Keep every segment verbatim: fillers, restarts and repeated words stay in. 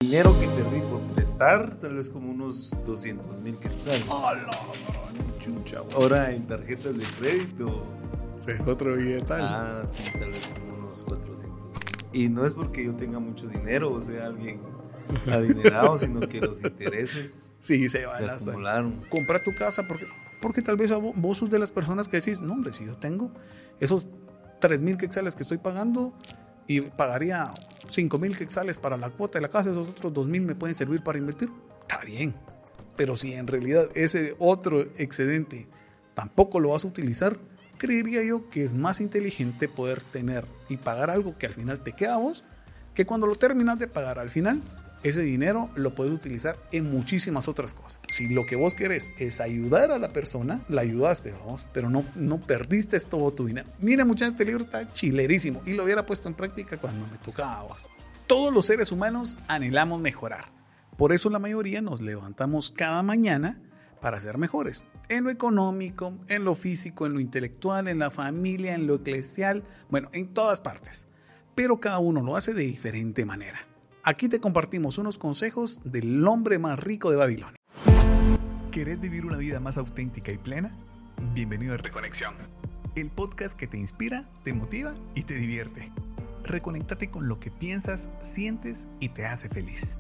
Dinero que perdí por prestar, tal vez como unos doscientos mil quetzales. ¡Oh, no, chucha! Ahora en tarjetas de crédito. Sí, otro billetal. Ah, sí, tal vez como unos cuatrocientos mil. Y no es porque yo tenga mucho dinero, o sea, alguien adinerado, sino que los intereses sí, se van se acumularon. Compra tu casa porque, porque tal vez vos, vos sos de las personas que decís, no, hombre, si yo tengo esos tres mil quetzales que estoy pagando y pagaría cinco mil quetzales para la cuota de la casa, esos otros dos mil me pueden servir para invertir, está bien. Pero si en realidad ese otro excedente tampoco lo vas a utilizar, creería yo que es más inteligente poder tener y pagar algo que al final te queda a vos, que cuando lo terminas de pagar al final, ese dinero lo puedes utilizar en muchísimas otras cosas. Si lo que vos querés es ayudar a la persona, la ayudaste, vamos, pero no, no perdiste todo tu dinero. Mira, muchachos, este libro está chilerísimo y lo hubiera puesto en práctica cuando me tocaba a vos. Todos los seres humanos anhelamos mejorar. Por eso la mayoría nos levantamos cada mañana para ser mejores. En lo económico, en lo físico, en lo intelectual, en la familia, en lo eclesial, bueno, en todas partes. Pero cada uno lo hace de diferente manera. Aquí te compartimos unos consejos del hombre más rico de Babilonia. ¿Querés vivir una vida más auténtica y plena? Bienvenido a Reconexión, el podcast que te inspira, te motiva y te divierte. Reconéctate con lo que piensas, sientes y te hace feliz.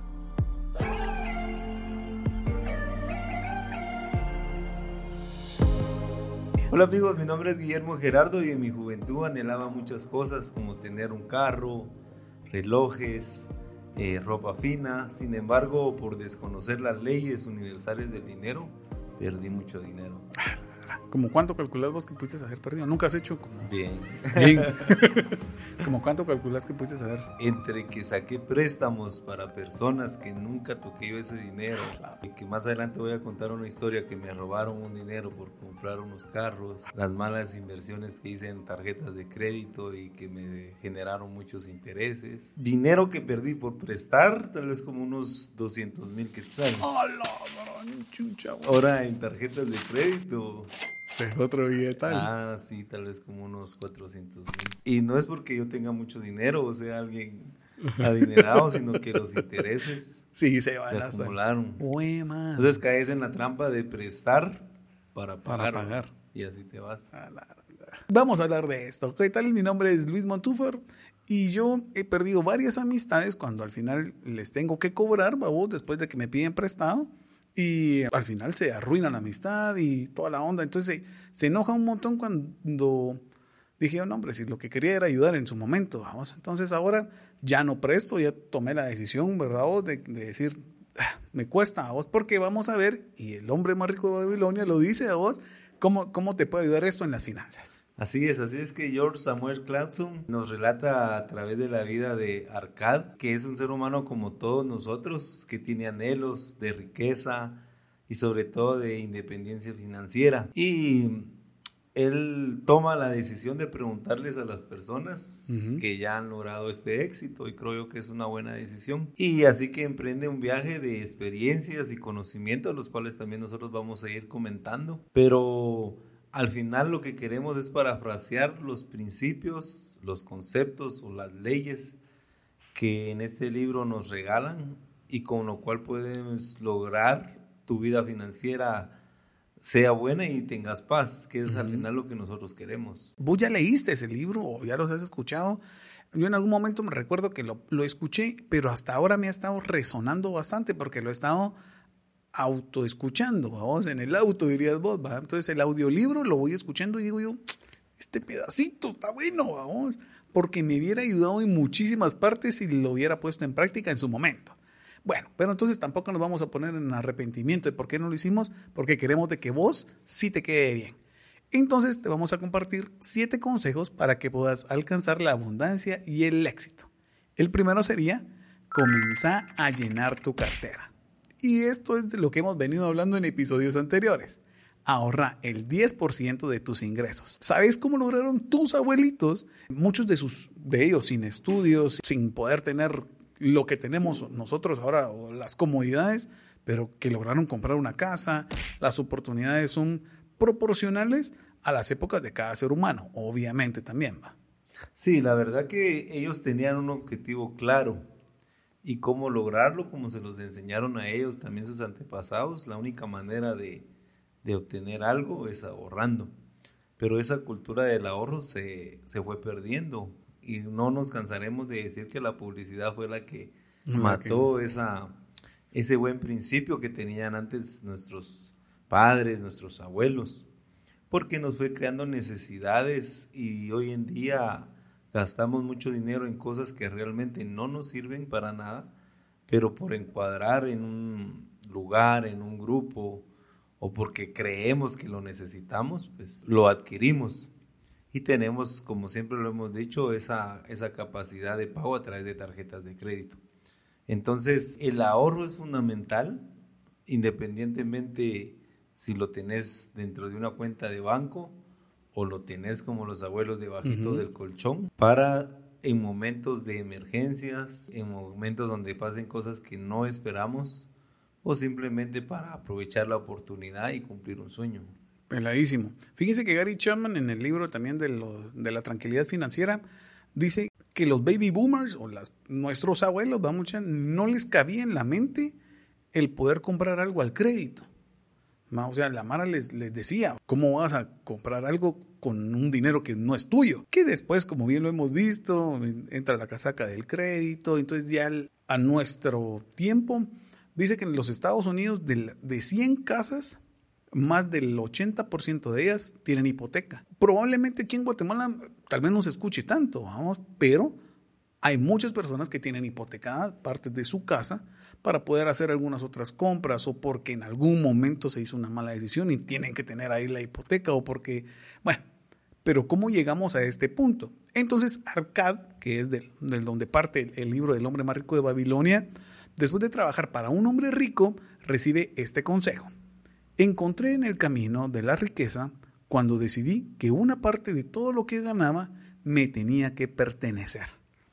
Hola amigos, mi nombre es Guillermo Gerardo y en mi juventud anhelaba muchas cosas como tener un carro, relojes, eh, ropa fina. Sin embargo, por desconocer las leyes universales del dinero, perdí mucho dinero. ¿Cómo cuánto calculás vos que pudiste haber perdido? ¿Nunca has hecho? Como... Bien. Bien. ¿Cómo cuánto calculás que pudiste haber? Entre que saqué préstamos para personas que nunca toqué yo ese dinero, claro. Y que más adelante voy a contar una historia que me robaron un dinero por comprar unos carros, las malas inversiones que hice en tarjetas de crédito y que me generaron muchos intereses. Dinero que perdí por prestar, tal vez como unos doscientos mil quetzales. ¡Oh, no, chucha! Ahora en tarjetas de crédito... Es otro billetal. Ah, sí, tal vez como unos cuatrocientos mil. Y no es porque yo tenga mucho dinero, o sea, alguien adinerado, sino que los intereses sí, se, van se acumularon. Uy, man. Entonces caes en la trampa de prestar para pagar. Para pagar. Y así te vas. A la, la. Vamos a hablar de esto. ¿Qué tal? Mi nombre es Luis Montúfar y yo he perdido varias amistades cuando al final les tengo que cobrar, babos, después de que me piden prestado. Y al final se arruina la amistad y toda la onda. Entonces se, se enoja un montón cuando dije, oh, no, hombre, si lo que quería era ayudar en su momento, vamos. Entonces ahora ya no presto, ya tomé la decisión, ¿verdad? Vos, de, de decir, ah, me cuesta a vos, porque vamos a ver, y el hombre más rico de Babilonia lo dice a vos, cómo, cómo te puede ayudar esto en las finanzas. Así es, así es que George Samuel Clapton nos relata a través de la vida de Arcad, que es un ser humano como todos nosotros, que tiene anhelos de riqueza y sobre todo de independencia financiera. Y él toma la decisión de preguntarles a las personas uh-huh. que ya han logrado este éxito, y creo yo que es una buena decisión. Y así que emprende un viaje de experiencias y conocimientos, los cuales también nosotros vamos a ir comentando. Pero al final lo que queremos es parafrasear los principios, los conceptos o las leyes que en este libro nos regalan y con lo cual puedes lograr tu vida financiera sea buena y tengas paz, que es uh-huh. al final lo que nosotros queremos. ¿Vos ya leíste ese libro o ya los has escuchado? Yo en algún momento me recuerdo que lo, lo escuché, pero hasta ahora me ha estado resonando bastante porque lo he estado autoescuchando, vamos, en el auto dirías vos, ¿va? Entonces el audiolibro lo voy escuchando y digo yo, este pedacito está bueno, vamos, porque me hubiera ayudado en muchísimas partes si lo hubiera puesto en práctica en su momento. Bueno, pero entonces tampoco nos vamos a poner en arrepentimiento de por qué no lo hicimos, porque queremos de que vos sí te quede bien. Entonces te vamos a compartir siete consejos para que puedas alcanzar la abundancia y el éxito. El primero sería, comenzar a llenar tu cartera. Y esto es de lo que hemos venido hablando en episodios anteriores. Ahorra el diez por ciento de tus ingresos. ¿Sabes cómo lograron tus abuelitos? Muchos de, sus, de ellos sin estudios, sin poder tener lo que tenemos nosotros ahora, o las comodidades, pero que lograron comprar una casa. Las oportunidades son proporcionales a las épocas de cada ser humano, obviamente también, ¿va? Sí, la verdad que ellos tenían un objetivo claro. ¿Y cómo lograrlo? Como se los enseñaron a ellos también sus antepasados, la única manera de, de obtener algo es ahorrando. Pero esa cultura del ahorro se, se fue perdiendo y no nos cansaremos de decir que la publicidad fue la que okay. mató esa, ese buen principio que tenían antes nuestros padres, nuestros abuelos, porque nos fue creando necesidades y hoy en día gastamos mucho dinero en cosas que realmente no nos sirven para nada, pero por encuadrar en un lugar, en un grupo, o porque creemos que lo necesitamos, pues lo adquirimos. Y tenemos, como siempre lo hemos dicho, esa, esa capacidad de pago a través de tarjetas de crédito. Entonces, el ahorro es fundamental, independientemente si lo tenés dentro de una cuenta de banco o lo tenés como los abuelos debajito uh-huh. del colchón, para en momentos de emergencias, en momentos donde pasen cosas que no esperamos, o simplemente para aprovechar la oportunidad y cumplir un sueño. Peladísimo. Fíjense que Gary Chapman en el libro también de, lo, de la tranquilidad financiera dice que los baby boomers o las, nuestros abuelos, vamos, no les cabía en la mente el poder comprar algo al crédito. O sea, la Mara les, les decía, ¿cómo vas a comprar algo con un dinero que no es tuyo? Que después, como bien lo hemos visto, entra la casaca del crédito. Entonces ya a nuestro tiempo, dice que en los Estados Unidos de, de cien casas, más del ochenta por ciento de ellas tienen hipoteca. Probablemente aquí en Guatemala tal vez no se escuche tanto, vamos, pero hay muchas personas que tienen hipotecadas partes de su casa para poder hacer algunas otras compras o porque en algún momento se hizo una mala decisión y tienen que tener ahí la hipoteca o porque, bueno, pero ¿cómo llegamos a este punto? Entonces Arcad, que es del, del donde parte el, el libro del hombre más rico de Babilonia, después de trabajar para un hombre rico, recibe este consejo. Encontré en el camino de la riqueza cuando decidí que una parte de todo lo que ganaba me tenía que pertenecer.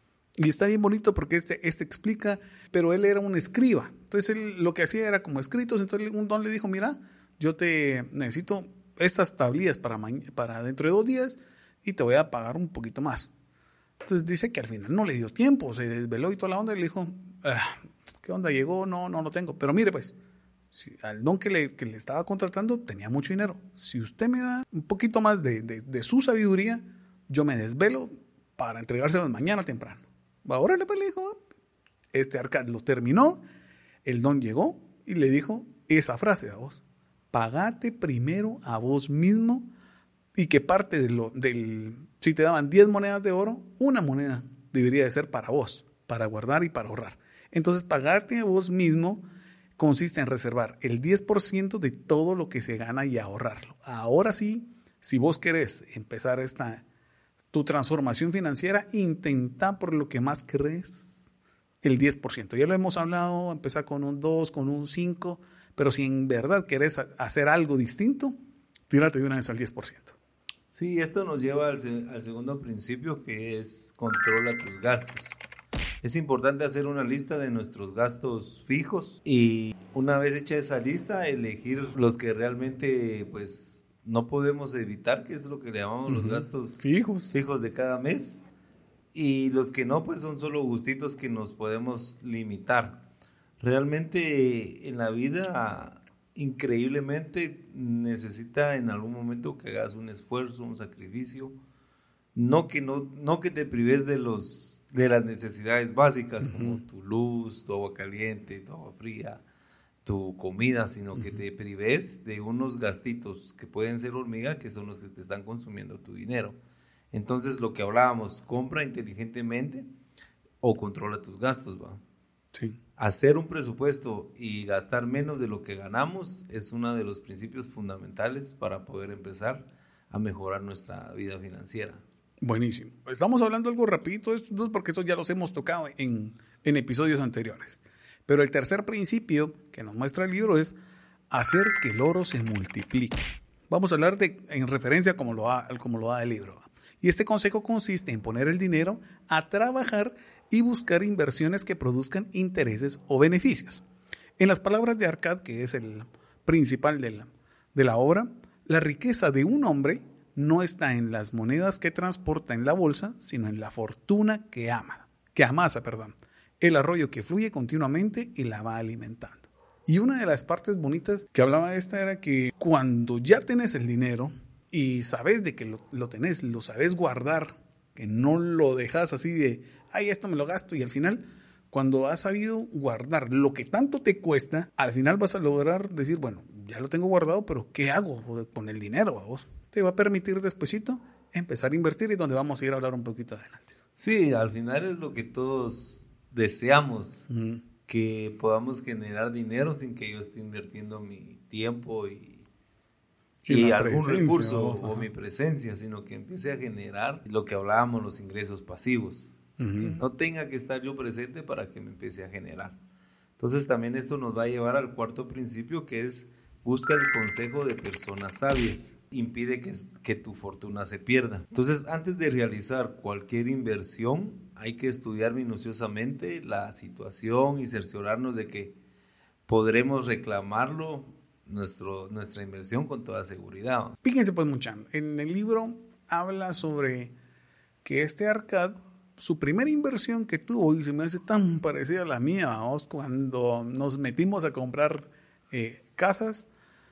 Y está bien bonito porque este, este explica, pero él era un escriba. Entonces él lo que hacía era como escritos. Entonces un don le dijo, mira, yo te necesito estas tablillas para, ma- para dentro de dos días y te voy a pagar un poquito más. Entonces dice que al final no le dio tiempo, se desveló y toda la onda y le dijo, ah, ¿qué onda? Llegó, no, no lo tengo. Pero mire pues, si al don que le, que le estaba contratando tenía mucho dinero. Si usted me da un poquito más de, de, de su sabiduría, yo me desvelo para entregárselas mañana temprano. Ahora le dijo, este Arcad lo terminó, el don llegó y le dijo esa frase a vos, pagate primero a vos mismo y que parte de lo, del, si te daban diez monedas de oro, una moneda debería de ser para vos, para guardar y para ahorrar. Entonces pagarte a vos mismo consiste en reservar el diez por ciento de todo lo que se gana y ahorrarlo. Ahora sí, si vos querés empezar esta... tu transformación financiera, intenta por lo que más crees el diez por ciento. Ya lo hemos hablado, empezar con un dos, con un cinco, pero si en verdad querés hacer algo distinto, tírate de una vez al diez por ciento. Sí, esto nos lleva al, al segundo principio, que es controla tus gastos. Es importante hacer una lista de nuestros gastos fijos y una vez hecha esa lista, elegir los que realmente pues no podemos evitar, que es lo que le llamamos uh-huh. los gastos fijos. fijos de cada mes, y los que no, pues son solo gustitos que nos podemos limitar. Realmente en la vida, increíblemente, necesita en algún momento que hagas un esfuerzo, un sacrificio, no que, no, no que te prives de, los, de las necesidades básicas, uh-huh. como tu luz, tu agua caliente, tu agua fría, tu comida, sino uh-huh. que te prives de unos gastitos que pueden ser hormiga, que son los que te están consumiendo tu dinero. Entonces, lo que hablábamos, compra inteligentemente o controla tus gastos, ¿va? Sí. Hacer un presupuesto y gastar menos de lo que ganamos es uno de los principios fundamentales para poder empezar a mejorar nuestra vida financiera. Buenísimo. Estamos hablando algo rapidito de estos dos porque eso ya los hemos tocado en, en episodios anteriores. Pero el tercer principio que nos muestra el libro es hacer que el oro se multiplique. Vamos a hablar de, en referencia como lo da, como lo da el libro. Y este consejo consiste en poner el dinero a trabajar y buscar inversiones que produzcan intereses o beneficios. En las palabras de Arcad, que es el principal de la, de la obra, la riqueza de un hombre no está en las monedas que transporta en la bolsa, sino en la fortuna que ama, que amasa, perdón. el arroyo que fluye continuamente y la va alimentando. Y una de las partes bonitas que hablaba esta era que cuando ya tenés el dinero y sabes de que lo, lo tenés, lo sabes guardar, que no lo dejas así de, ay, esto me lo gasto, y al final, cuando has sabido guardar lo que tanto te cuesta, al final vas a lograr decir, bueno, ya lo tengo guardado, pero ¿qué hago con el dinero? ¿Vos? Te va a permitir despuesito empezar a invertir, y donde vamos a ir a hablar un poquito adelante. Sí, al final es lo que todos deseamos, Uh-huh. que podamos generar dinero sin que yo esté invirtiendo mi tiempo y, Y y la algún presencia, recurso vos, o ajá. mi presencia, sino que empiece a generar lo que hablábamos, los ingresos pasivos. Uh-huh. Que no tenga que estar yo presente para que me empiece a generar. Entonces también esto nos va a llevar al cuarto principio, que es busca el consejo de personas sabias. Impide que, que tu fortuna se pierda. Entonces, antes de realizar cualquier inversión, hay que estudiar minuciosamente la situación y cerciorarnos de que podremos reclamarlo, nuestro, nuestra inversión, con toda seguridad. Fíjense pues, mucha, en el libro habla sobre que este Arcad, su primera inversión que tuvo, y se me hace tan parecida a la mía, vamos, cuando nos metimos a comprar eh, casas,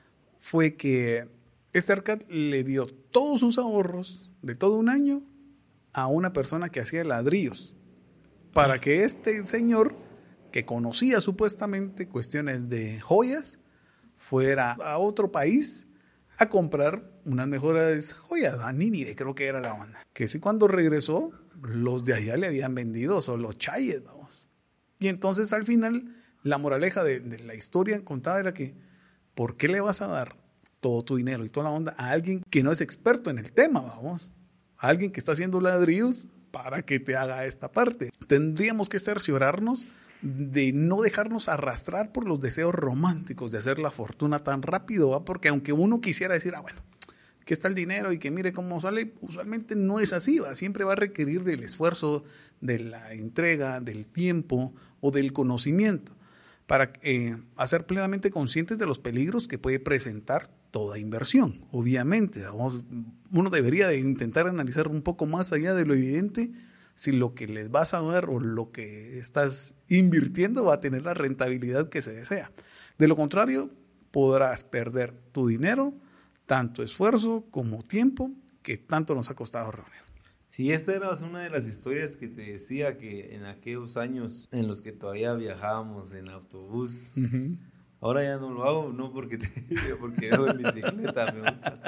fue que este Arcad le dio todos sus ahorros de todo un año a una persona que hacía ladrillos, para que este señor, que conocía supuestamente cuestiones de joyas, fuera a otro país a comprar unas mejores joyas, a Nínive creo que era la onda. Que sí, cuando regresó, los de allá le habían vendido solo chayes, vamos. Y entonces al final, la moraleja de, de la historia contada era que, ¿por qué le vas a dar todo tu dinero y toda la onda a alguien que no es experto en el tema, vamos? A alguien que está haciendo ladrillos para que te haga esta parte. Tendríamos que cerciorarnos de no dejarnos arrastrar por los deseos románticos de hacer la fortuna tan rápido, ¿va? Porque aunque uno quisiera decir, ah, bueno, que está el dinero y que mire cómo sale, usualmente no es así, ¿va? Siempre va a requerir del esfuerzo, de la entrega, del tiempo o del conocimiento, para eh, hacer plenamente conscientes de los peligros que puede presentar toda inversión. Obviamente, vamos, uno debería de intentar analizar un poco más allá de lo evidente si lo que les vas a dar o lo que estás invirtiendo va a tener la rentabilidad que se desea. De lo contrario, podrás perder tu dinero, tanto esfuerzo como tiempo que tanto nos ha costado reunir. Sí, esta era una de las historias que te decía, que en aquellos años en los que todavía viajábamos en autobús, uh-huh. Ahora ya no lo hago, no porque, te, porque hago en bicicleta, me gusta.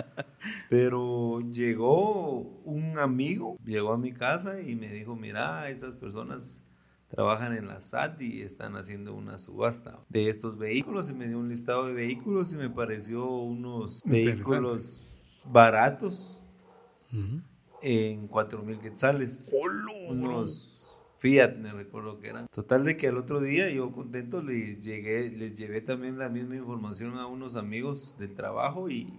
Pero llegó un amigo, llegó a mi casa y me dijo, mira, estas personas trabajan en la S A T y están haciendo una subasta de estos vehículos. Y me dio un listado de vehículos y me pareció unos vehículos baratos, uh-huh. en cuatro mil quetzales. ¡Oh, unos Fiat, me recuerdo que eran. Total de que al otro día yo contento les llegué, les llevé también la misma información a unos amigos del trabajo y,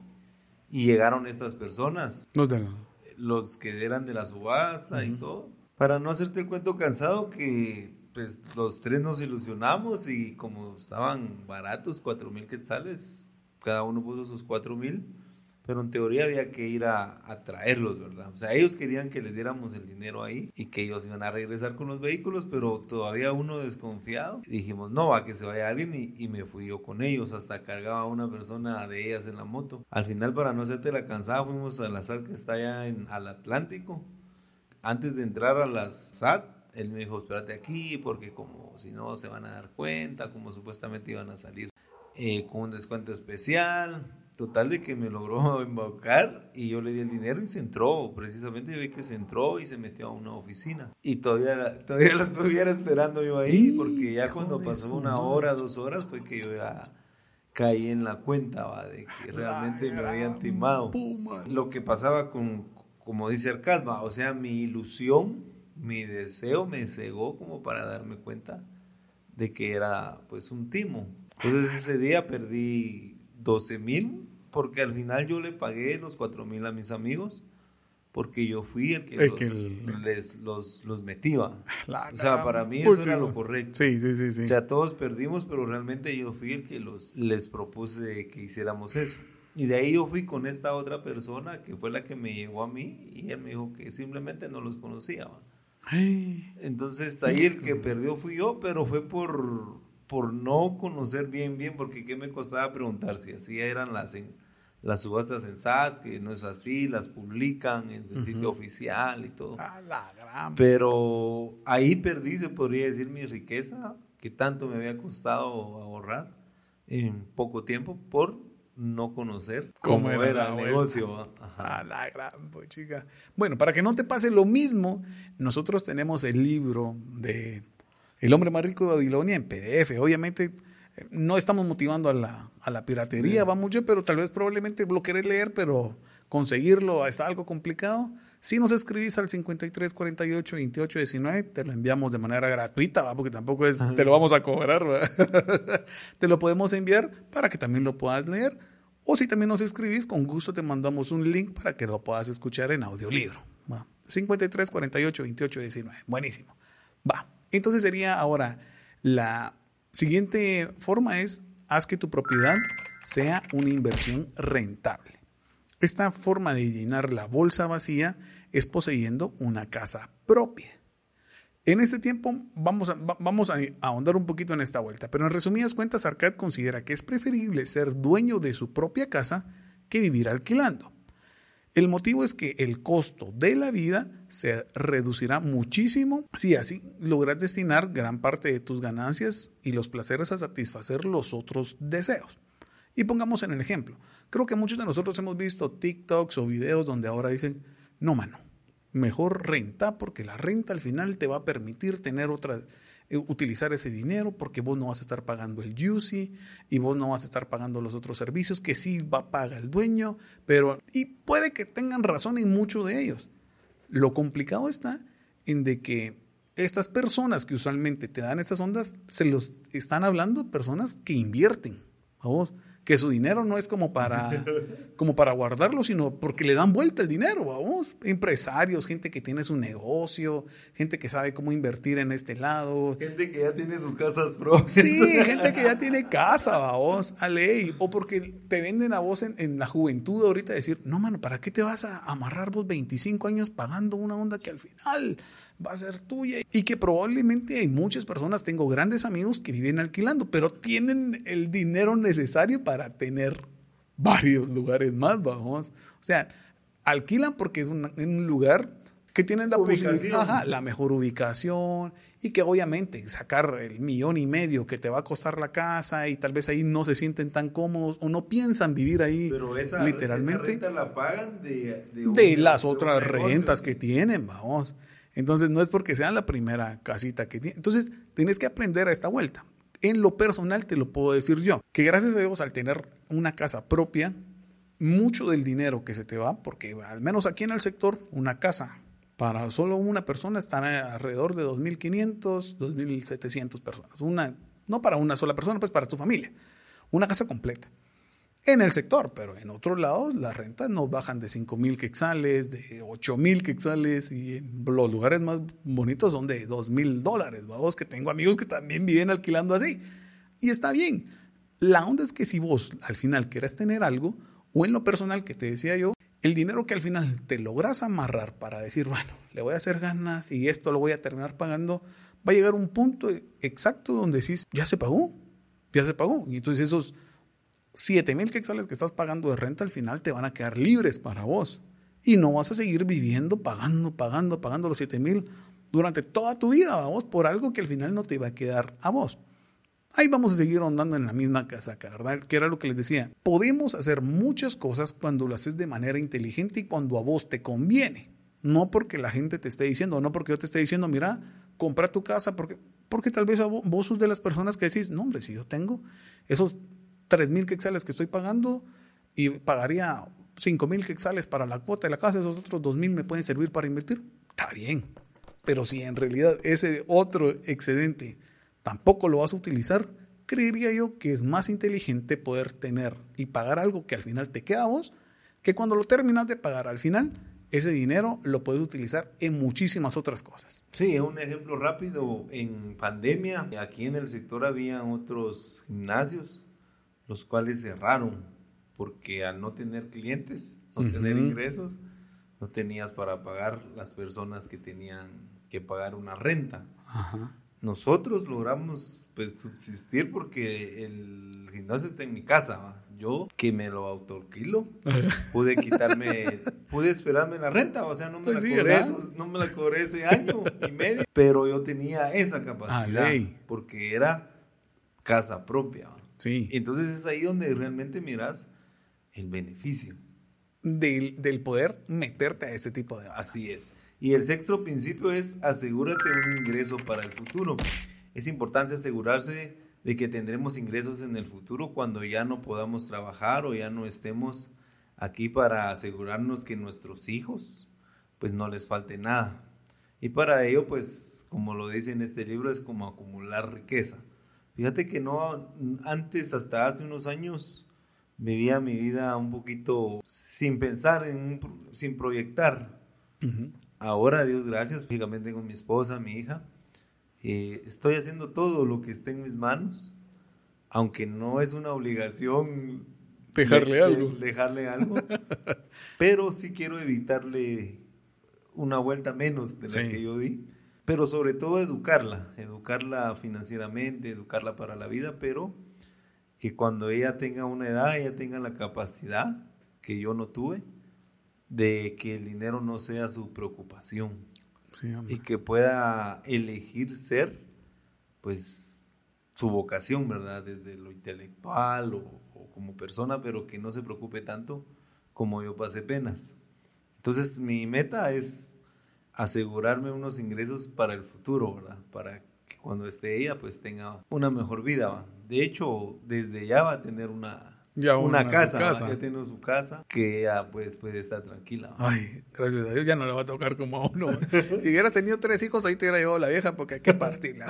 y llegaron estas personas. No te... Los que eran de la subasta, uh-huh. y todo. Para no hacerte el cuento cansado, que pues los tres nos ilusionamos y como estaban baratos, cuatro mil quetzales, cada uno puso sus cuatro mil. Pero en teoría había que ir a, a traerlos, ¿verdad? O sea, ellos querían que les diéramos el dinero ahí y que ellos iban a regresar con los vehículos, pero todavía uno desconfiado. Y dijimos, no, va que se vaya alguien, y, y me fui yo con ellos, hasta cargaba a una persona de ellas en la moto. Al final, para no hacerte la cansada, fuimos a la S A T que está allá en, al Atlántico. Antes de entrar a las S A T, él me dijo, espérate aquí, porque como si no se van a dar cuenta, como supuestamente iban a salir eh, con un descuento especial. Total de que me logró embaucar y yo le di el dinero y se entró. Precisamente yo vi que se entró y se metió a una oficina. Y todavía la, todavía la estuviera esperando yo ahí, porque ya cuando pasó una hora, dos horas, fue que yo ya caí en la cuenta, ¿va? De que realmente me habían timado. Lo que pasaba con, como dice Arcad, ¿va? O sea, mi ilusión, mi deseo me cegó como para darme cuenta de que era pues un timo. Entonces ese día perdí doce mil, porque al final yo le pagué los cuatro mil a mis amigos, porque yo fui el que, el los, que el... Les, los, los metía. O sea, para mí eso era lo correcto. Sí, sí, sí, sí. O sea, todos perdimos, pero realmente yo fui el que los, les propuse que hiciéramos eso. Y de ahí yo fui con esta otra persona, que fue la que me llevó a mí, y él me dijo que simplemente no los conocía, ¿va? Ay. Entonces ahí el que perdió fui yo, pero fue por, por no conocer bien, bien, porque qué me costaba preguntar si así eran las, en, las subastas en S A T, que no es así, las publican en su uh-huh. sitio oficial y todo. A la gran... Pero ahí perdí, se podría decir, mi riqueza, que tanto me había costado ahorrar en poco tiempo por no conocer cómo, cómo era, era el negocio. Ajá. A la gran chica. Bueno, para que no te pase lo mismo, nosotros tenemos el libro de El hombre más rico de Babilonia en P D F. Obviamente no estamos motivando a la, a la piratería, sí. va mucho, pero tal vez probablemente lo querés leer, pero conseguirlo está algo complicado. Si nos escribís al cincuenta y tres cuarenta y ocho veintiocho diecinueve, te lo enviamos de manera gratuita, ¿va? Porque tampoco es, Ajá. te lo vamos a cobrar, ¿va? Te lo podemos enviar para que también lo puedas leer. O si también nos escribís, con gusto te mandamos un link para que lo puedas escuchar en audiolibro. ¿Va? cincuenta y tres cuarenta y ocho veintiocho diecinueve. Buenísimo. Va. Entonces sería ahora la siguiente forma es, haz que tu propiedad sea una inversión rentable. Esta forma de llenar la bolsa vacía es poseyendo una casa propia. En este tiempo vamos a, vamos a ahondar un poquito en esta vuelta, pero en resumidas cuentas, Arcad considera que es preferible ser dueño de su propia casa que vivir alquilando. El motivo es que el costo de la vida se reducirá muchísimo si así logras destinar gran parte de tus ganancias y los placeres a satisfacer los otros deseos. Y pongamos en el ejemplo, creo que muchos de nosotros hemos visto TikToks o videos donde ahora dicen, no mano, mejor renta porque la renta al final te va a permitir tener otra, eh, utilizar ese dinero porque vos no vas a estar pagando el U C I y vos no vas a estar pagando los otros servicios que sí va a pagar el dueño, pero y puede que tengan razón en muchos de ellos. Lo complicado está en de que estas personas que usualmente te dan estas ondas, se los están hablando personas que invierten, a vos. Que su dinero no es como para, como para guardarlo, sino porque le dan vuelta el dinero, vamos. Empresarios, gente que tiene su negocio, gente que sabe cómo invertir en este lado. Gente que ya tiene sus casas propias. Sí, gente que ya tiene casa, vamos, a ley. O porque te venden a vos en, en la juventud ahorita decir, no, mano, ¿para qué te vas a amarrar vos veinticinco años pagando una onda que al final va a ser tuya? Y que probablemente hay muchas personas, tengo grandes amigos que viven alquilando, pero tienen el dinero necesario para tener varios lugares más, vamos. O sea, alquilan porque es un, un lugar que tienen la posibilidad, ajá, la mejor ubicación y que obviamente sacar el millón y medio que te va a costar la casa y tal vez ahí no se sienten tan cómodos o no piensan vivir ahí. Pero esa, literalmente, esa renta la pagan de, de, un, de las de otras rentas que tienen, vamos. Entonces no es porque sean la primera casita que tienen. Entonces tienes que aprender a esta vuelta. En lo personal te lo puedo decir yo, que gracias a Dios al tener una casa propia, mucho del dinero que se te va, porque al menos aquí en el sector, una casa para solo una persona está alrededor de dos mil quinientos, dos mil setecientos personas. Una, no para una sola persona, pues para tu familia. Una casa completa. En el sector, pero en otros lados las rentas no bajan de cinco mil quetzales, de ocho mil quetzales y en los lugares más bonitos son de dos mil dólares. Vamos, que tengo amigos que también viven alquilando así. Y está bien. La onda es que si vos al final querés tener algo, o en lo personal que te decía yo, el dinero que al final te logras amarrar para decir, bueno, le voy a hacer ganas y esto lo voy a terminar pagando, va a llegar un punto exacto donde decís, ya se pagó, ya se pagó. Y entonces esos siete mil quetzales que estás pagando de renta al final te van a quedar libres para vos. Y no vas a seguir viviendo, pagando, pagando, pagando los siete mil durante toda tu vida, vamos, por algo que al final no te va a quedar a vos. Ahí vamos a seguir andando en la misma casaca, ¿verdad? Que era lo que les decía. Podemos hacer muchas cosas cuando lo haces de manera inteligente y cuando a vos te conviene. No porque la gente te esté diciendo, no porque yo te esté diciendo, mira, compra tu casa, porque, porque tal vez a vos, vos sos de las personas que decís, no, hombre, si yo tengo esos tres mil quetzales que estoy pagando y pagaría cinco mil quetzales para la cuota de la casa, esos otros dos mil me pueden servir para invertir. Está bien, pero si en realidad ese otro excedente tampoco lo vas a utilizar, creería yo que es más inteligente poder tener y pagar algo que al final te queda a vos, que cuando lo terminas de pagar al final, ese dinero lo puedes utilizar en muchísimas otras cosas. Sí, un ejemplo rápido, en pandemia, aquí en el sector había otros gimnasios, los cuales cerraron, porque al no tener clientes, no uh-huh. tener ingresos, no tenías para pagar las personas que tenían que pagar una renta. Ajá. Nosotros logramos pues subsistir porque el gimnasio está en mi casa, ¿va? Yo que me lo autoalquilo, pude quitarme, pude esperarme la renta, o sea, no me, Pues la, sí, cobré ¿verdad? esos, no me la cobré ese año y medio, pero yo tenía esa capacidad, Ah, ley. porque era casa propia, ¿va? Sí. Entonces es ahí donde realmente miras el beneficio. Del, del poder meterte a este tipo de... Así es. Y el sexto principio es asegúrate un ingreso para el futuro. Es importante asegurarse de que tendremos ingresos en el futuro cuando ya no podamos trabajar o ya no estemos aquí, para asegurarnos que nuestros hijos pues no les falte nada. Y para ello, pues como lo dice en este libro, es como acumular riqueza. Fíjate que no, antes, hasta hace unos años, vivía mi vida un poquito sin pensar, en un, sin proyectar. Uh-huh. Ahora, Dios gracias, fíjate, tengo mi esposa, mi hija. Eh, estoy haciendo todo lo que esté en mis manos, aunque no es una obligación dejarle de, algo. De, dejarle algo, pero sí quiero evitarle una vuelta menos de la sí. que yo di. Pero sobre todo educarla, educarla financieramente, educarla para la vida, pero que cuando ella tenga una edad, ella tenga la capacidad que yo no tuve, de que el dinero no sea su preocupación, sí, y que pueda elegir ser, pues, su vocación, ¿verdad? Desde lo intelectual o, o como persona, pero que no se preocupe tanto como yo pasé penas. Entonces, mi meta es asegurarme unos ingresos para el futuro, ¿verdad? Para que cuando esté ella, pues tenga una mejor vida, ¿va? De hecho, desde ya va a tener una, ya una, una casa, casa. Ya tiene su casa, que ella pues puede estar tranquila, ¿va? Ay, gracias a Dios ya no le va a tocar como a uno. Si hubieras tenido tres hijos, ahí te hubiera llevado la vieja, porque hay que partirla.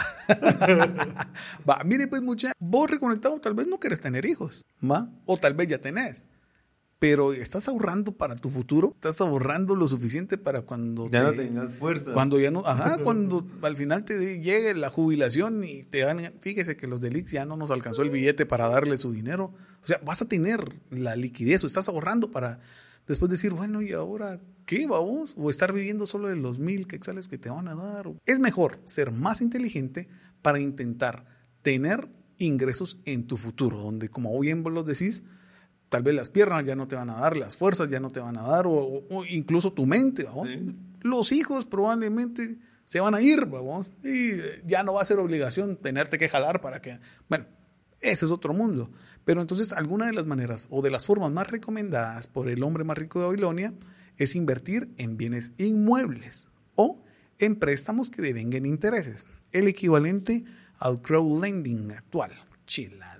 Va, mire pues, mucha, vos reconectado tal vez no querés tener hijos, ¿va? O tal vez ya tenés. Pero estás ahorrando para tu futuro, estás ahorrando lo suficiente para cuando ya te, no tengas fuerzas. Cuando ya no, ajá, cuando al final te llegue la jubilación y te dan, fíjese que los del I X ya no nos alcanzó el billete para darle su dinero. O sea, vas a tener la liquidez, o estás ahorrando para después decir, bueno, ¿y ahora qué, vamos? O estar viviendo solo de los mil quetzales que te van a dar. Es mejor ser más inteligente para intentar tener ingresos en tu futuro, donde, como bien vos los decís, tal vez las piernas ya no te van a dar, las fuerzas ya no te van a dar, o, o, o incluso tu mente, ¿vamos? Sí. Los hijos probablemente se van a ir, ¿vamos? Y ya no va a ser obligación tenerte que jalar para que... Bueno, ese es otro mundo. Pero entonces, alguna de las maneras o de las formas más recomendadas por el hombre más rico de Babilonia es invertir en bienes inmuebles o en préstamos que devenguen intereses. El equivalente al crowdlending actual. Chiladra.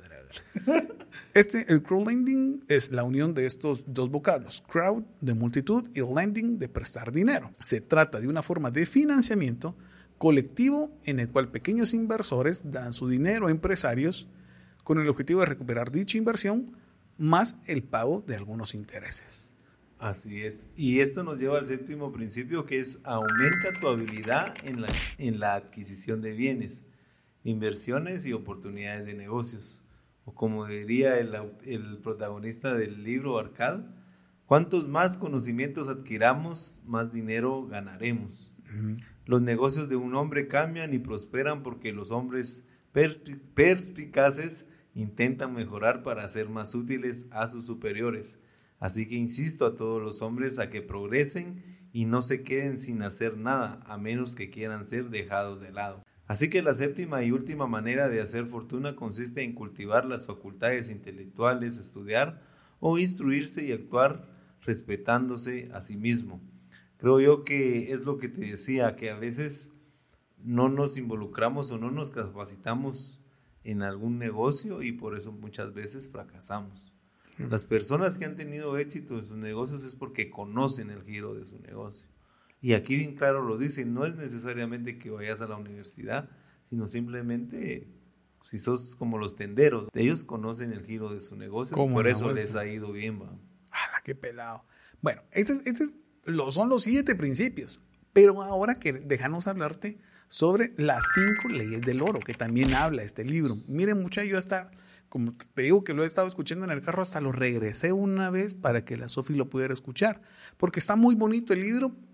Este, el crowdlending es la unión de estos dos vocablos, crowd de multitud y lending de prestar dinero. Se trata de una forma de financiamiento colectivo en el cual pequeños inversores dan su dinero a empresarios con el objetivo de recuperar dicha inversión más el pago de algunos intereses. Así es. Y esto nos lleva al séptimo principio, que es aumenta tu habilidad en la, en la adquisición de bienes, inversiones y oportunidades de negocios. O como diría el, el protagonista del libro, Arcad, cuantos más conocimientos adquiramos, más dinero ganaremos. Uh-huh. Los negocios de un hombre cambian y prosperan porque los hombres perspi- perspicaces intentan mejorar para ser más útiles a sus superiores. Así que insisto a todos los hombres a que progresen y no se queden sin hacer nada, a menos que quieran ser dejados de lado. Así que la séptima y última manera de hacer fortuna consiste en cultivar las facultades intelectuales, estudiar o instruirse y actuar respetándose a sí mismo. Creo yo que es lo que te decía, que a veces no nos involucramos o no nos capacitamos en algún negocio y por eso muchas veces fracasamos. Uh-huh. Las personas que han tenido éxito en sus negocios es porque conocen el giro de su negocio. Y aquí bien claro lo dice, no es necesariamente que vayas a la universidad, sino simplemente si sos como los tenderos, ellos conocen el giro de su negocio, por eso vuelta? Les ha ido bien, va. ¡Hala, qué pelado! Bueno, estos este lo, son los siete principios, pero ahora que déjanos hablarte sobre las cinco leyes del oro, que también habla este libro. Miren, mucha, yo hasta, como te digo que lo he estado escuchando en el carro, hasta lo regresé una vez para que la Sofi lo pudiera escuchar, porque está muy bonito el libro.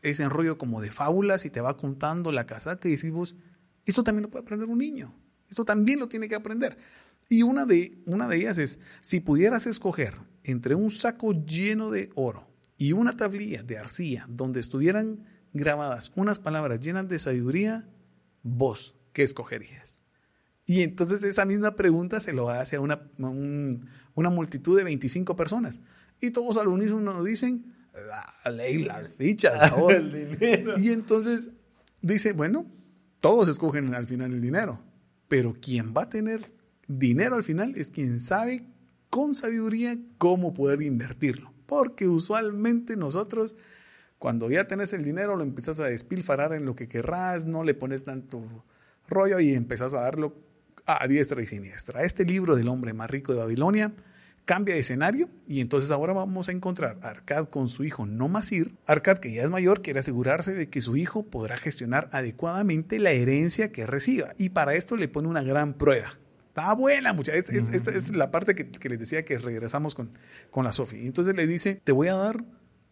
ese enrollo como de fábulas y te va contando la casaca y decís vos, esto también lo puede aprender un niño, esto también lo tiene que aprender. Y una de, una de ellas es, si pudieras escoger entre un saco lleno de oro y una tablilla de arcilla donde estuvieran grabadas unas palabras llenas de sabiduría, vos, ¿qué escogerías? Y entonces esa misma pregunta se lo hace a una, un, una multitud de veinticinco personas. Y todos al unísono dicen, la ley, las fichas, la voz. El dinero. Y entonces dice, bueno, todos escogen al final el dinero, pero quien va a tener dinero al final es quien sabe con sabiduría cómo poder invertirlo. Porque usualmente nosotros, cuando ya tenés el dinero, lo empezás a despilfarrar en lo que querrás, no le pones tanto rollo y empezás a darlo a diestra y siniestra. Este libro del hombre más rico de Babilonia cambia de escenario y entonces ahora vamos a encontrar a Arcad con su hijo Nomasir. Arcad, que ya es mayor, quiere asegurarse de que su hijo podrá gestionar adecuadamente la herencia que reciba y para esto le pone una gran prueba. Está buena, mucha. Esta es, es, es la parte que, que les decía que regresamos con, con la Sofi. Entonces le dice, te voy a dar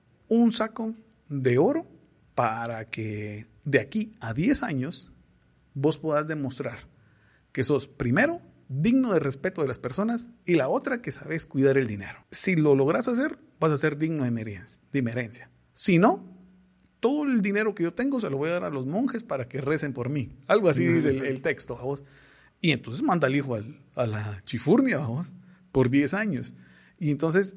un saco de oro para que de aquí a diez años vos puedas demostrar que sos, primero, digno de respeto de las personas y la otra, que sabes cuidar el dinero. Si lo logras hacer, vas a ser digno de merencia. De merencia. Si no, todo el dinero que yo tengo se lo voy a dar a los monjes para que recen por mí. Algo así dice el, el texto, vamos. Y entonces manda al hijo al, a la chifurnia, vamos, por diez años. Y entonces,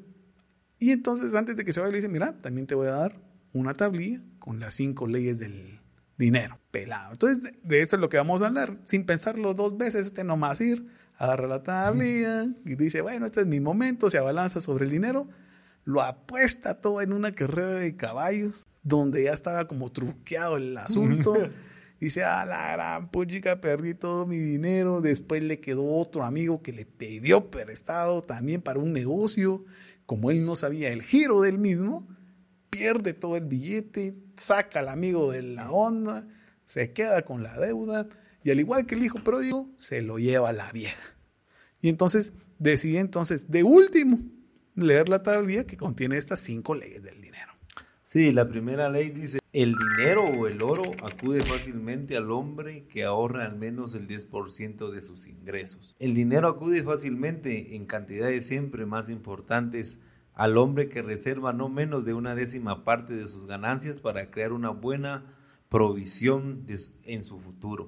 y entonces antes de que se vaya le dice, mira, también te voy a dar una tablilla con las cinco leyes del dinero. Pelado. Entonces, de, de esto es lo que vamos a hablar. Sin pensarlo dos veces, este Nomasir agarra la tablilla y dice, bueno, este es mi momento, se abalanza sobre el dinero, lo apuesta todo en una carrera de caballos, donde ya estaba como truqueado el asunto. Dice, a la gran puchica, perdí todo mi dinero. Después le quedó otro amigo que le pidió prestado también para un negocio. Como él no sabía el giro del mismo, pierde todo el billete, saca al amigo de la onda, se queda con la deuda y al igual que el hijo pródigo, se lo lleva a la vieja. Y entonces decide entonces, de último, leer la tablilla que contiene estas cinco leyes del dinero. Sí, la primera ley dice, el dinero o el oro acude fácilmente al hombre que ahorra al menos el diez por ciento de sus ingresos. El dinero acude fácilmente en cantidades siempre más importantes al hombre que reserva no menos de una décima parte de sus ganancias para crear una buena provisión de, en su futuro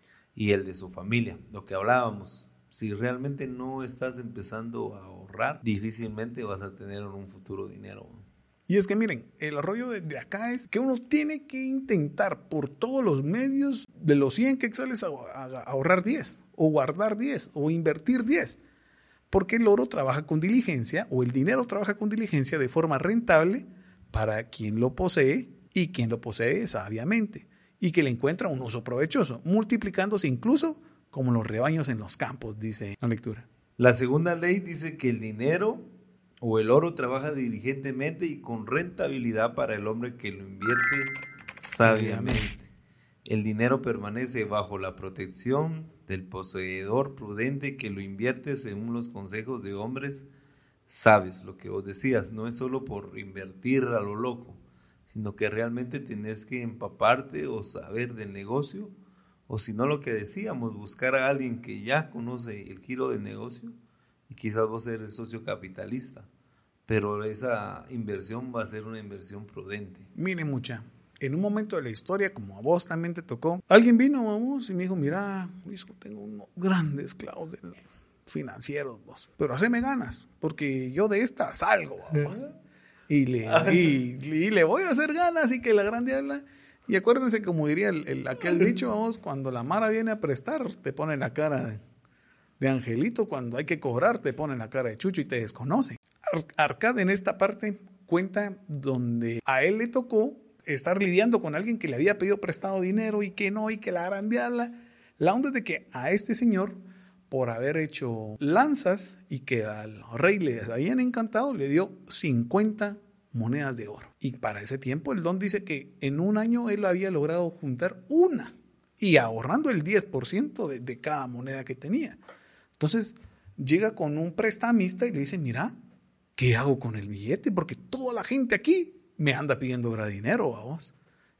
y el de su familia. Lo que hablábamos, si realmente no estás empezando a ahorrar, difícilmente vas a tener en un futuro dinero. Y es que miren, el rollo de, de acá es que uno tiene que intentar por todos los medios de los cien quetzales a, a, a ahorrar diez, o guardar diez, o invertir diez. Porque el oro trabaja con diligencia, o el dinero trabaja con diligencia de forma rentable para quien lo posee y quien lo posee sabiamente, y que le encuentra un uso provechoso, multiplicándose incluso como los rebaños en los campos, dice la lectura. La segunda ley dice que el dinero o el oro trabaja diligentemente y con rentabilidad para el hombre que lo invierte sabiamente. El dinero permanece bajo la protección del poseedor prudente que lo invierte según los consejos de hombres sabios. Lo que vos decías, no es solo por invertir a lo loco, sino que realmente tenés que empaparte o saber del negocio, o si no, lo que decíamos, buscar a alguien que ya conoce el giro del negocio y quizás vos eres el socio capitalista, pero esa inversión va a ser una inversión prudente. Mire, mucha, en un momento de la historia, como a vos también te tocó, alguien vino vamos, y me dijo, mira, hijo, tengo unos grandes clavos financieros, vos, pero haceme ganas, porque yo de esta salgo, vamos, y le, y, y le voy a hacer ganas y que la gran diabla. Y acuérdense, como diría el, el, aquel dicho, vamos, cuando la mara viene a prestar, te ponen la cara de, de angelito, cuando hay que cobrar, te ponen la cara de chucho y te desconocen. Ar- Arcad en esta parte cuenta donde a él le tocó estar lidiando con alguien que le había pedido prestado dinero y que no, y que la gran diabla. La onda es de que a este señor, por haber hecho lanzas y que al rey le habían encantado, le dio cincuenta monedas de oro. Y para ese tiempo el don dice que en un año él había logrado juntar una y ahorrando el diez por ciento de, de cada moneda que tenía. Entonces llega con un prestamista y le dice, mira, ¿qué hago con el billete? Porque toda la gente aquí me anda pidiendo ahora dinero, vamos.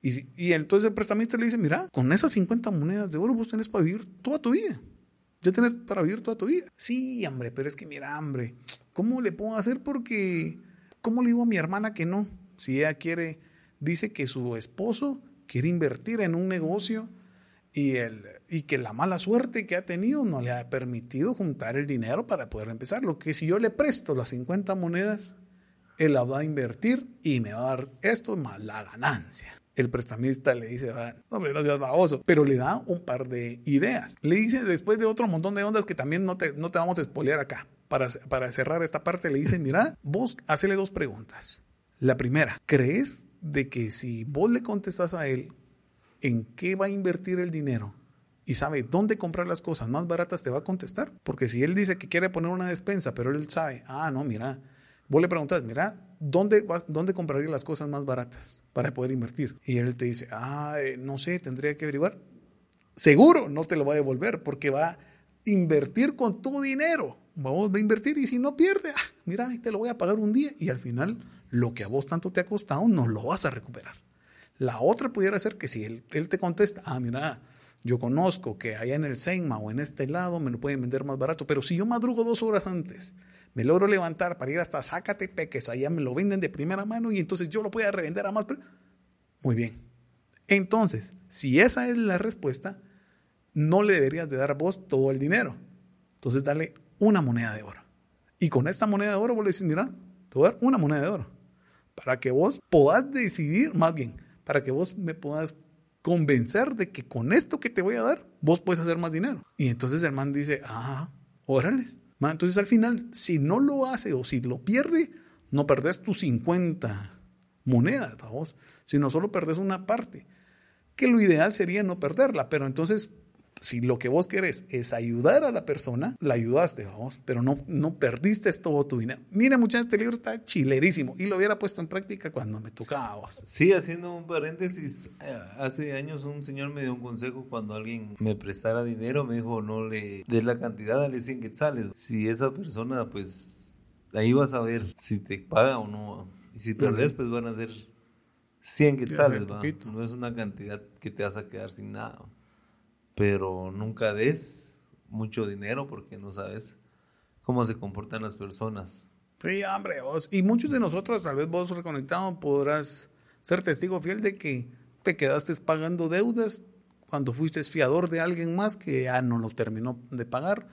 Y, y entonces el prestamista le dice, mira, con esas cincuenta monedas de oro vos tenés para vivir toda tu vida. Ya tenés para vivir toda tu vida. Sí, hombre, pero es que mira, hombre, ¿cómo le puedo hacer? Porque, ¿cómo le digo a mi hermana que no? Si ella quiere, dice que su esposo quiere invertir en un negocio y, el, y que la mala suerte que ha tenido no le ha permitido juntar el dinero para poder empezar. Lo que si yo le presto las cincuenta monedas, él la va a invertir y me va a dar esto más la ganancia. El prestamista le dice, hombre, no seas baboso, pero le da un par de ideas. Le dice, después de otro montón de ondas que también no te, no te vamos a spoilear acá, para, para cerrar esta parte, le dice, mira, vos hacele dos preguntas. La primera, ¿crees de que si vos le contestas a él en qué va a invertir el dinero y sabe dónde comprar las cosas más baratas, te va a contestar? Porque si él dice que quiere poner una despensa, pero él sabe, ah, no, mira, vos le preguntas, mira, ¿dónde, vas, ¿dónde compraría las cosas más baratas para poder invertir? Y él te dice, ah, eh, no sé, tendría que averiguar. Seguro no te lo va a devolver porque va a invertir con tu dinero. Vamos a invertir y si no pierde, ah, mira, te lo voy a pagar un día y al final lo que a vos tanto te ha costado no lo vas a recuperar. La otra pudiera ser que si él, él te contesta, ah, mira, yo conozco que allá en el Seinma o en este lado me lo pueden vender más barato, pero si yo madrugo dos horas antes, me logro levantar para ir hasta Zacatepeques, allá me lo venden de primera mano y entonces yo lo voy a revender a más. Muy bien. Entonces, si esa es la respuesta, no le deberías de dar vos todo el dinero. Entonces, dale una moneda de oro. Y con esta moneda de oro vos le dices, mira, te voy a dar una moneda de oro. Para que vos podás decidir, más bien, para que vos me puedas convencer de que con esto que te voy a dar, vos puedes hacer más dinero. Y entonces el man dice, ah, órales. Entonces al final, si no lo hace o si lo pierde, no perdés tus cincuenta monedas, vamos, sino solo perdés una parte. Que lo ideal sería no perderla, pero entonces, si lo que vos querés es ayudar a la persona, la ayudaste, vamos, pero no, no perdiste todo tu dinero. Mira, muchachos, este libro está chilerísimo y lo hubiera puesto en práctica cuando me tocaba, vos. Sí, haciendo un paréntesis, hace años un señor me dio un consejo cuando alguien me prestara dinero, me dijo, no le des la cantidad, dale cien quetzales. Si esa persona, pues, ahí vas a ver si te paga o no. Y si perdés, uh-huh. pues van a ser cien quetzales, ¿va? No es una cantidad que te vas a quedar sin nada. Pero nunca des mucho dinero porque no sabes cómo se comportan las personas. Sí, hombre, vos. Y muchos de nosotros, tal vez vos reconectado, podrás ser testigo fiel de que te quedaste pagando deudas cuando fuiste fiador de alguien más que ya no lo terminó de pagar.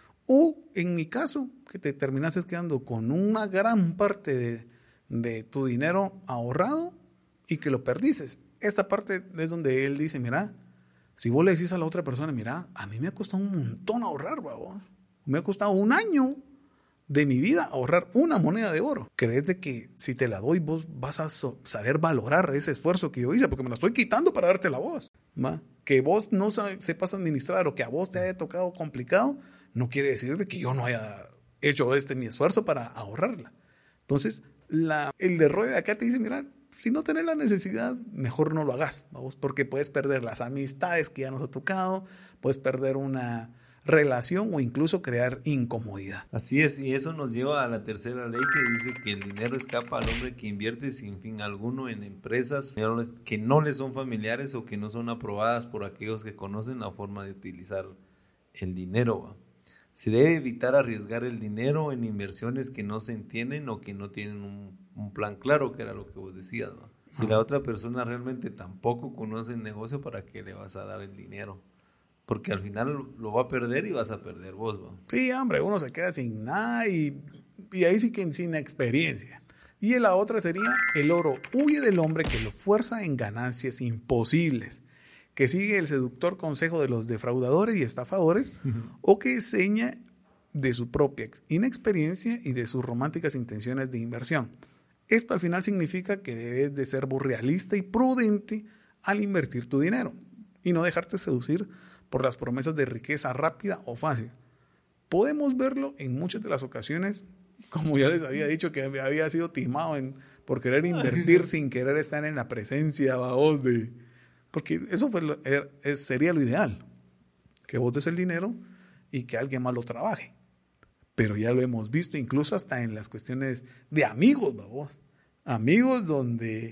O, en mi caso, que te terminaste quedando con una gran parte de, de tu dinero ahorrado y que lo perdices. Esta parte es donde él dice, mira, si vos le decís a la otra persona, mira, a mí me ha costado un montón ahorrar, babón. Me ha costado un año de mi vida ahorrar una moneda de oro. ¿Crees de que si te la doy vos vas a so- saber valorar ese esfuerzo que yo hice? Porque me la estoy quitando para darte la voz. ¿Va? Que vos no sabe, sepas administrar o que a vos te haya tocado complicado, no quiere decir de que yo no haya hecho este mi esfuerzo para ahorrarla. Entonces, la, el error de acá te dice, mira, si no tenés la necesidad, mejor no lo hagas, vamos, porque puedes perder las amistades que ya nos ha tocado, puedes perder una relación o incluso crear incomodidad. Así es, y eso nos lleva a la tercera ley que dice que el dinero escapa al hombre que invierte sin fin alguno en empresas que no le son familiares o que no son aprobadas por aquellos que conocen la forma de utilizar el dinero, ¿va? Se debe evitar arriesgar el dinero en inversiones que no se entienden o que no tienen un, un plan claro, que era lo que vos decías, ¿no? Si uh-huh. la otra persona realmente tampoco conoce el negocio, ¿para qué le vas a dar el dinero? Porque al final lo va a perder y vas a perder vos, ¿no? Sí, hombre, uno se queda sin nada y, y ahí sí que sin experiencia. Y la otra sería, el oro huye del hombre que lo fuerza en ganancias imposibles, que sigue el seductor consejo de los defraudadores y estafadores, uh-huh. o que enseña de su propia inexperiencia y de sus románticas intenciones de inversión. Esto al final significa que debes de ser realista y prudente al invertir tu dinero y no dejarte seducir por las promesas de riqueza rápida o fácil. Podemos verlo en muchas de las ocasiones, como ya les había dicho, que había sido timado en, por querer invertir sin querer estar en la presencia, vos, de... Porque eso fue lo, es, sería lo ideal, que votes el dinero y que alguien más lo trabaje. Pero ya lo hemos visto incluso hasta en las cuestiones de amigos, vamos. Amigos donde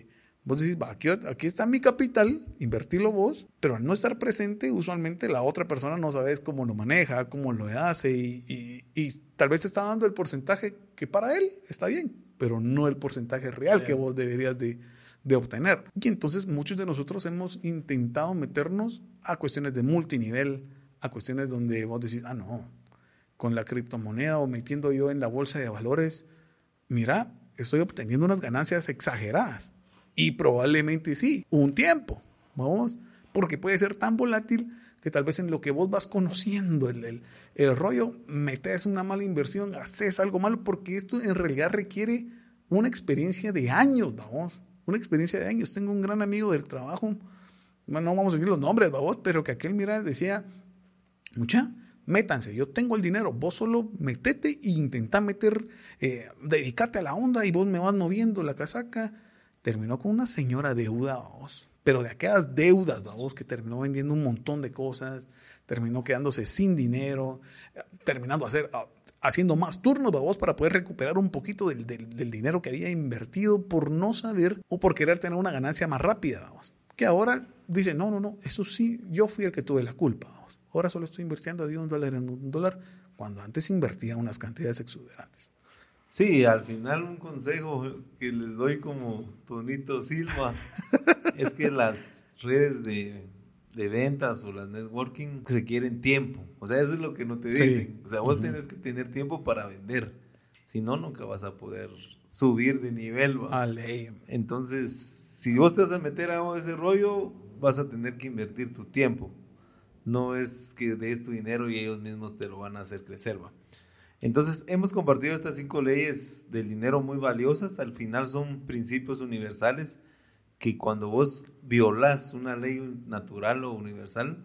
Vos decís, va, aquí, aquí está mi capital, invertirlo vos, pero al no estar presente, usualmente la otra persona no sabes cómo lo maneja, cómo lo hace y, y, y tal vez te está dando el porcentaje que para él está bien, pero no el porcentaje real yeah. que vos deberías de, de obtener. Y entonces muchos de nosotros hemos intentado meternos a cuestiones de multinivel, a cuestiones donde vos decís, ah, no, con la criptomoneda o metiendo yo en la bolsa de valores, mira, estoy obteniendo unas ganancias exageradas. Y probablemente sí, un tiempo, vamos, porque puede ser tan volátil que tal vez en lo que vos vas conociendo el, el, el rollo, metes una mala inversión, haces algo malo, porque esto en realidad requiere una experiencia de años, vamos, una experiencia de años. Tengo un gran amigo del trabajo, bueno, no vamos a decir los nombres, vamos, pero que aquel, mira, decía, mucha, métanse, yo tengo el dinero, vos solo metete e intentá meter, eh, dedícate a la onda y vos me vas moviendo la casaca. Terminó con una señora deuda, vamos, pero de aquellas deudas, vamos, que terminó vendiendo un montón de cosas, terminó quedándose sin dinero, terminando hacer, haciendo más turnos, vamos, para poder recuperar un poquito del, del, del dinero que había invertido por no saber o por querer tener una ganancia más rápida, vamos. Que ahora dice, no, no, no, eso sí, yo fui el que tuve la culpa, vamos. Ahora solo estoy invirtiendo de un dólar en un dólar, cuando antes invertía unas cantidades exuberantes. Sí, al final un consejo que les doy como Tonito Silva es que las redes de, de ventas o las networking requieren tiempo. O sea, eso es lo que no te dicen. Sí. O sea, vos uh-huh. tenés que tener tiempo para vender. Si no, nunca vas a poder subir de nivel. Vale. Entonces, si vos te vas a meter a ese rollo, vas a tener que invertir tu tiempo. No es que des tu dinero y ellos mismos te lo van a hacer crecer, ¿va? Entonces, hemos compartido estas cinco leyes del dinero muy valiosas. Al final son principios universales que cuando vos violás una ley natural o universal,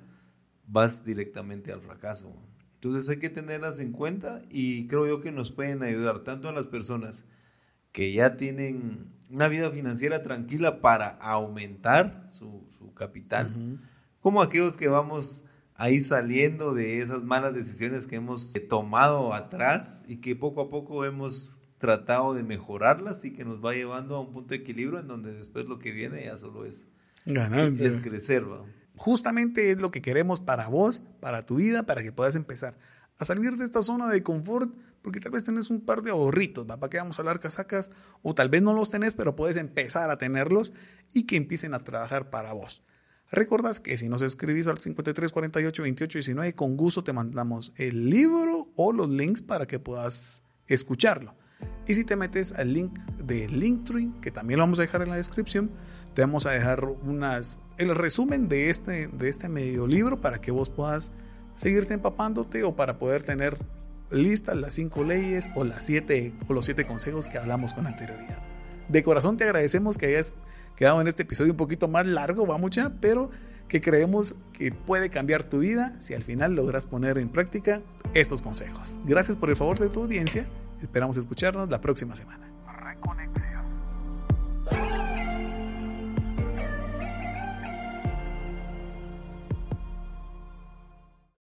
vas directamente al fracaso. Entonces, hay que tenerlas en cuenta y creo yo que nos pueden ayudar tanto a las personas que ya tienen una vida financiera tranquila para aumentar su, su capital, uh-huh. como aquellos que vamos ahí saliendo de esas malas decisiones que hemos tomado atrás y que poco a poco hemos tratado de mejorarlas y que nos va llevando a un punto de equilibrio en donde después lo que viene ya solo es ganancia, es crecer, ¿va? Justamente es lo que queremos para vos, para tu vida, para que puedas empezar a salir de esta zona de confort, porque tal vez tenés un par de ahorritos, ¿va? ¿Para qué vamos a hablar casacas? O tal vez no los tenés, pero puedes empezar a tenerlos y que empiecen a trabajar para vos. Recordás que si nos escribís al cincuenta y tres, cuarenta y ocho, veintiocho, diecinueve, con gusto te mandamos el libro o los links para que puedas escucharlo. Y si te metes al link de Linktree, que también lo vamos a dejar en la descripción, te vamos a dejar unas, el resumen de este, de este medio libro para que vos puedas seguirte empapándote o para poder tener listas las cinco leyes o, las siete, o los siete consejos que hablamos con anterioridad. De corazón te agradecemos que hayas quedado en este episodio un poquito más largo, va mucha, pero que creemos que puede cambiar tu vida si al final logras poner en práctica estos consejos. Gracias por el favor de tu audiencia. Esperamos escucharnos la próxima semana.